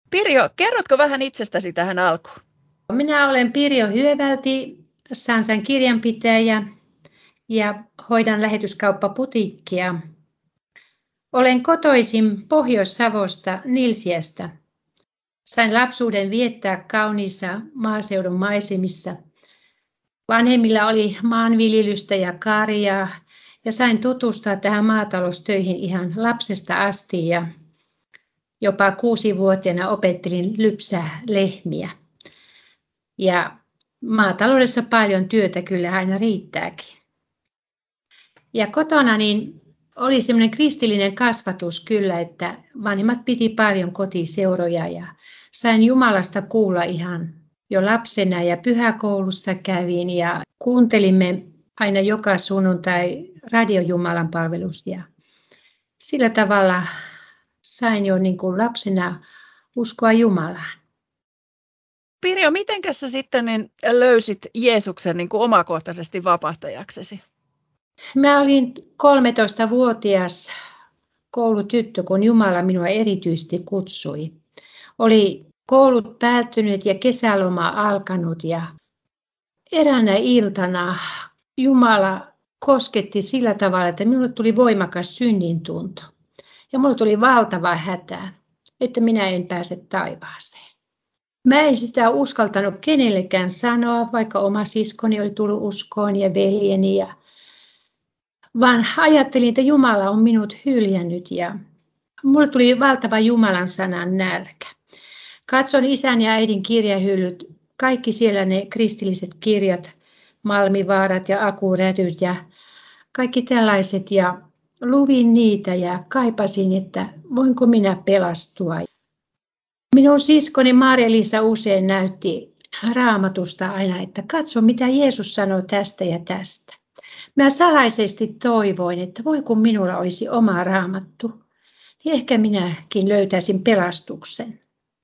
Pirjo, kerrotko vähän itsestäsi tähän alkuun? Minä olen Pirjo Hyövälti, Sansan kirjanpitäjä ja hoidan lähetyskauppaputiikkia. Olen kotoisin Pohjois-Savosta Nilsiästä. Sain lapsuuden viettää kauniissa maaseudun maisemissa. Vanhemmilla oli maanviljelystä ja karjaa ja sain tutustua tähän maataloustöihin ihan lapsesta asti ja jopa 6-vuotiaana opettelin lypsää lehmiä. Ja maataloudessa paljon työtä kyllä aina riittääkin. Ja kotona niin oli semmoinen kristillinen kasvatus kyllä, että vanhemmat piti paljon kotiseuroja ja sain Jumalasta kuulla ihan jo lapsena ja pyhäkoulussa kävin ja kuuntelimme aina joka sunnuntai radiojumalan palvelus ja sillä tavalla sain jo niin kuin lapsena uskoa Jumalaan. Pirjo, mitenkäs sä sitten löysit Jeesuksen niin kuin omakohtaisesti vapahtajaksesi? Mä olin 13-vuotias koulutyttö, kun Jumala minua erityisesti kutsui. Oli koulut päättyneet ja kesäloma alkanut ja eräänä iltana Jumala kosketti sillä tavalla, että minulle tuli voimakas synnintunto. Ja minulle tuli valtava hätä, että minä en pääse taivaaseen. Mä en sitä uskaltanut kenellekään sanoa, vaikka oma siskoni oli tullut uskoon ja veljeni. Vaan ajattelin, että Jumala on minut hyljännyt ja mulle tuli valtava Jumalan sanan nälkä. Katson isän ja äidin kirjahyllyt, kaikki siellä ne kristilliset kirjat, Malmivaarat ja Akurädyt ja kaikki tällaiset ja luvin niitä ja kaipasin, että voinko minä pelastua. Minun siskoni Marja-Liisa usein näytti Raamatusta aina, että katso mitä Jeesus sanoo tästä ja tästä. Mä salaisesti toivoin, että voi kun minulla olisi oma raamattu, niin ehkä minäkin löytäisin pelastuksen.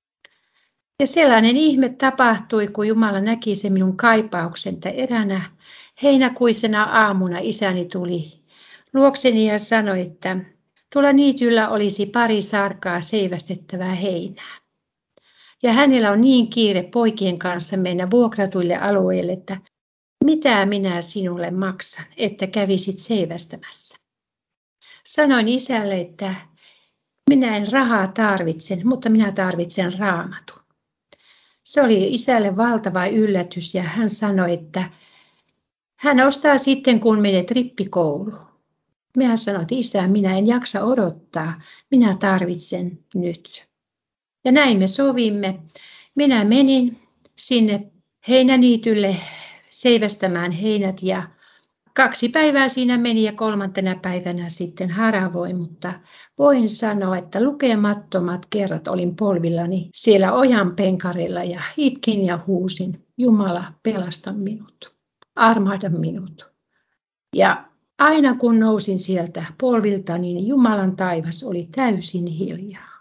Ja sellainen ihme tapahtui, kun Jumala näki sen minun kaipauksen, että eräänä heinäkuisena aamuna isäni tuli luokseni ja sanoi, että tuolla niityllä olisi 2 sarkaa seivästettävää heinää. Ja hänellä on niin kiire poikien kanssa mennä vuokratuille alueille, että mitä minä sinulle maksan, että kävisit seivästämässä. Sanoin isälle, että minä en rahaa tarvitse, mutta minä tarvitsen raamatun. Se oli isälle valtava yllätys ja hän sanoi, että hän ostaa sitten kun menet rippikouluun. Minä sanoin, että isä, minä en jaksa odottaa, minä tarvitsen nyt. Ja näin me sovimme. Minä menin sinne heinäniitylle seivästämään heinät ja 2 päivää siinä meni ja 3. päivänä sitten haravoin, mutta voin sanoa, että lukemattomat kerrat olin polvillani siellä ojan penkarilla ja itkin ja huusin, Jumala pelasta minut, armahda minut. Ja aina kun nousin sieltä polviltani, niin Jumalan taivas oli täysin hiljaa.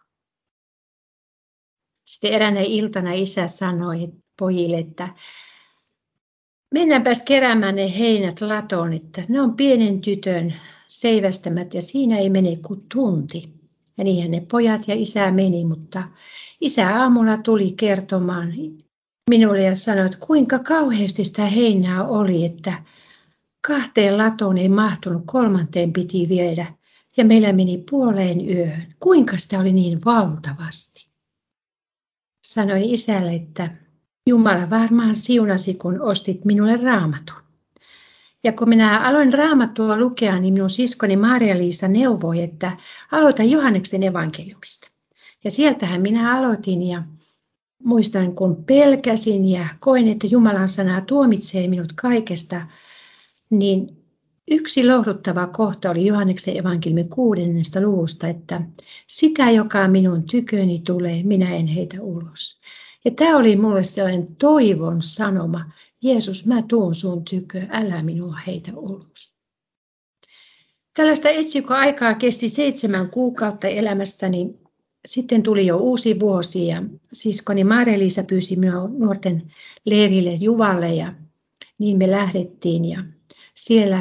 Sitten eräänä iltana isä sanoi pojille, että mennäänpäs keräämään ne heinät latoon, että ne on pienen tytön seivästämät ja siinä ei mene kuin tunti. Ja niinhän ne pojat ja isä meni, mutta isä aamulla tuli kertomaan minulle ja sanoi, että kuinka kauheasti sitä heinää oli, että 2 latoon ei mahtunut, 3 piti viedä ja meillä meni puoleen yöhön. Kuinka sitä oli niin valtavasti? Sanoin isälle, että Jumala varmaan siunasi, kun ostit minulle raamatun. Ja kun minä aloin raamattua lukea, niin minun siskoni Marja-Liisa neuvoi, että aloita Johanneksen evankeliumista. Ja sieltähän minä aloitin ja muistan, kun pelkäsin ja koin, että Jumalan sana tuomitsee minut kaikesta, niin yksi lohduttava kohta oli Johanneksen evankeliumin 6. luvusta, että sitä, joka minun tyköni tulee, minä en heitä ulos. Ja tämä oli mulle sellainen toivon sanoma. Jeesus, mä tuun sun tykö, älä minua heitä ulos. Tällaista etsikkoaikaa kesti 7 kuukautta elämässäni. Sitten tuli jo uusi vuosi ja siskoni Marja-Liisa pyysi minua nuorten leirille Juvalle ja niin me lähdettiin. Ja siellä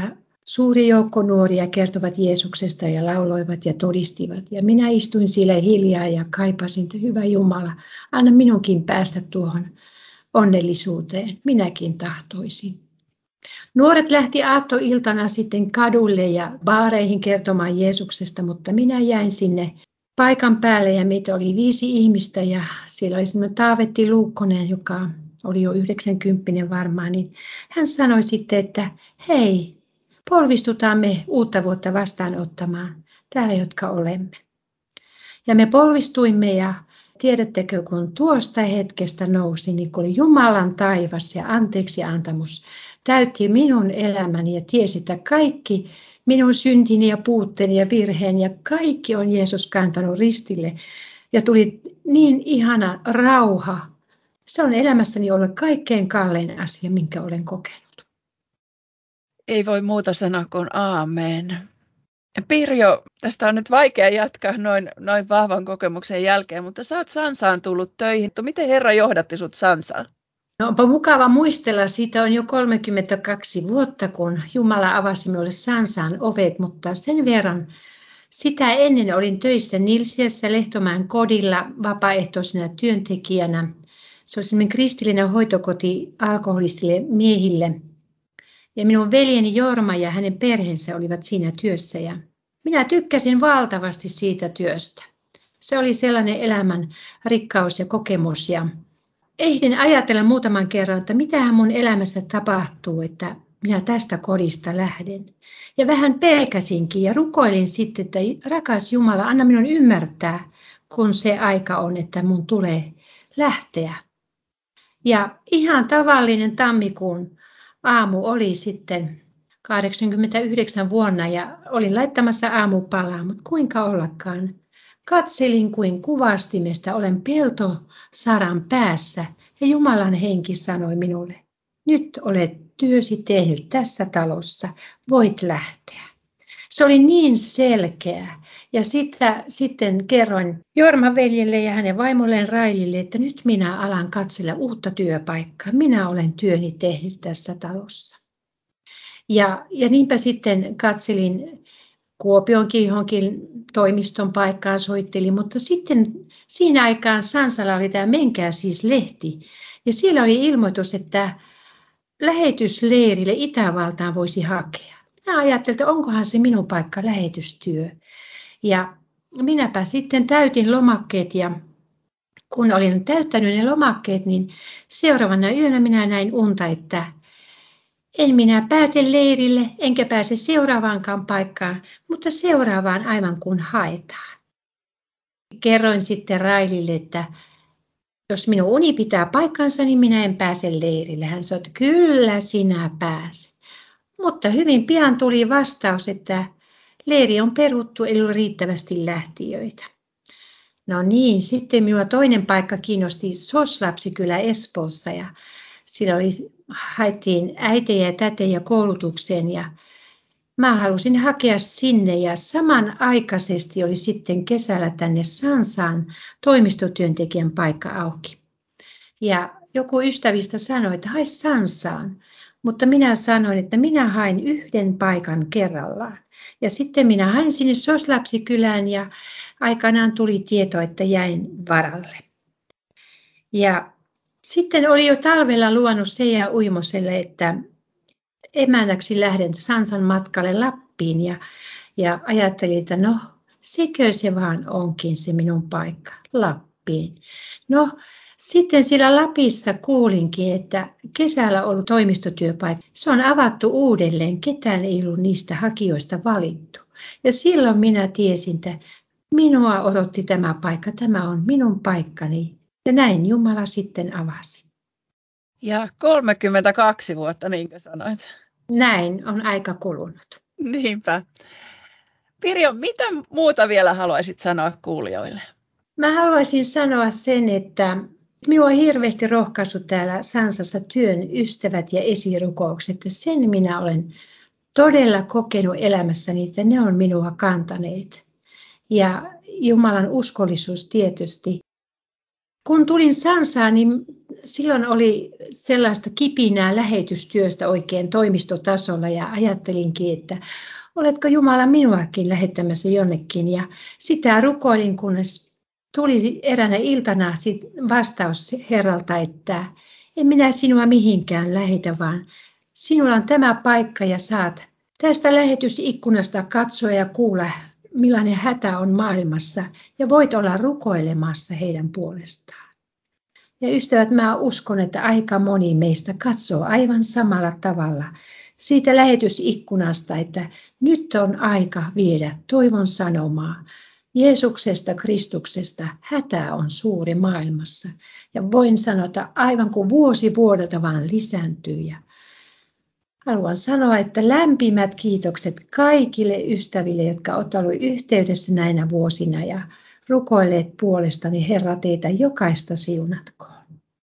Suuri joukko nuoria kertovat Jeesuksesta ja lauloivat ja todistivat. Ja minä istuin siellä hiljaa ja kaipasin, että hyvä Jumala, anna minunkin päästä tuohon onnellisuuteen. Minäkin tahtoisin. Nuoret lähti aattoiltana sitten kadulle ja baareihin kertomaan Jeesuksesta, mutta minä jäin sinne paikan päälle ja meitä oli 5 ihmistä ja siellä oli semmoinen Taavetti Luukkonen, joka oli jo 90 varmaan, niin hän sanoi sitten, että hei, polvistutaan me uutta vuotta vastaanottamaan, täällä jotka olemme. Ja me polvistuimme ja tiedättekö, kun tuosta hetkestä nousi, niin kun oli Jumalan taivas ja anteeksi antamus täytti minun elämäni ja tiesi, että kaikki minun syntini ja puutteeni ja virheeni ja kaikki on Jeesus kantanut ristille. Ja tuli niin ihana rauha. Se on elämässäni ollut kaikkein kallein asia, minkä olen kokenut. Ei voi muuta sanoa kuin aamen. Pirjo, tästä on nyt vaikea jatkaa noin vahvan kokemuksen jälkeen, mutta sä oot Sansaan tullut töihin. Miten Herra johdatti sut Sansaan? No, onpa mukava muistella, siitä on jo 32 vuotta, kun Jumala avasi minulle Sansaan ovet, mutta sen verran sitä ennen olin töissä Nilsiässä Lehtomäen kodilla vapaaehtoisena työntekijänä. Se oli sellainen kristillinen hoitokoti alkoholistille miehille. Ja minun veljeni Jorma ja hänen perheensä olivat siinä työssä ja minä tykkäsin valtavasti siitä työstä. Se oli sellainen elämän rikkaus ja kokemus ja ehdin ajatella muutaman kerran, että mitähän mun elämässä tapahtuu, että minä tästä kodista lähden. Ja vähän pelkäsinkin ja rukoilin sitten, että rakas Jumala, anna minun ymmärtää, kun se aika on, että mun tulee lähteä. Ja ihan tavallinen tammikuun aamu oli sitten 89 vuonna ja olin laittamassa aamupalaa, mutta kuinka ollakaan. Katselin kuin kuvastimesta, olen peltosaran päässä ja Jumalan henki sanoi minulle, nyt olet työsi tehnyt tässä talossa, voit lähteä. Se oli niin selkeä ja sitä sitten kerroin Jorman veljelle ja hänen vaimolleen Railille, että nyt minä alan katsella uutta työpaikkaa. Minä olen työni tehnyt tässä talossa. Ja niinpä sitten katselin Kuopionkin johonkin toimiston paikkaan soittelin, mutta sitten siinä aikaan Sansalla oli tämä Menkää siis -lehti. Ja siellä oli ilmoitus, että lähetysleirille Itävaltaan voisi hakea. Minä ajattelin, että onkohan se minun paikka lähetystyö. Ja minäpä sitten täytin lomakkeet ja kun olin täyttänyt ne lomakkeet, niin seuraavana yönä minä näin unta, että en minä pääse leirille, enkä pääse seuraavaankaan paikkaan, mutta seuraavaan aivan kun haetaan. Kerroin sitten Railille, että jos minun uni pitää paikkansa, niin minä en pääse leirille. Hän sanoi, että kyllä sinä pääset. Mutta hyvin pian tuli vastaus, että leiri on peruttu, ei ole riittävästi lähtijöitä. No niin, sitten minua toinen paikka kiinnosti SOS-lapsikylä Espoossa ja siellä haettiin äitejä ja tätejä koulutukseen ja mä halusin hakea sinne ja samanaikaisesti oli sitten kesällä tänne Sansaan toimistotyöntekijän paikka auki. Ja joku ystävistä sanoi, että hae Sansaan, mutta minä sanoin, että minä hain yhden paikan kerrallaan. Ja sitten minä hain sinne SOS-lapsikylään ja aikanaan tuli tieto, että jäin varalle. Ja sitten oli jo talvella luvannut Seija Uimoselle, että emännäksi lähden Sansan matkalle Lappiin ja ajattelin, että no sekö se vaan onkin se minun paikka, Lappiin. No sitten siellä Lapissa kuulinkin, että kesällä ollut toimistotyöpaikka, se on avattu uudelleen, ketään ei ollut niistä hakijoista valittu. Ja silloin minä tiesin, että minua odotti tämä paikka, tämä on minun paikkani. Ja näin Jumala sitten avasi. Ja 32 vuotta, niin kuin sanoit. Näin on aika kulunut. Niinpä. Pirjo, mitä muuta vielä haluaisit sanoa kuulijoille? Mä haluaisin sanoa sen, että minua on hirveästi rohkaissut täällä Sansassa työn ystävät ja esirukoukset. Ja sen minä olen todella kokenut elämässäni, että ne on minua kantaneet. Ja Jumalan uskollisuus tietysti. Kun tulin Sansaan, niin silloin oli sellaista kipinää lähetystyöstä oikein toimistotasolla ja ajattelinkin, että oletko Jumala minuakin lähettämässä jonnekin. Ja sitä rukoilin, kunnes tuli eräänä iltana vastaus Herralta, että en minä sinua mihinkään lähetä, vaan sinulla on tämä paikka ja saat tästä lähetysikkunasta katsoa ja kuulla, millainen hätä on maailmassa ja voit olla rukoilemassa heidän puolestaan. Ja ystävät, mä uskon, että aika moni meistä katsoo aivan samalla tavalla siitä lähetysikkunasta, että nyt on aika viedä toivon sanomaa. Jeesuksesta, Kristuksesta hätä on suuri maailmassa. Ja voin sanoa, että aivan kuin vuosi vuodelta vaan lisääntyy. Ja haluan sanoa, että lämpimät kiitokset kaikille ystäville, jotka ovat olleet yhteydessä näinä vuosina ja rukoilleet puolestani. Herra, teitä jokaista siunatkoon.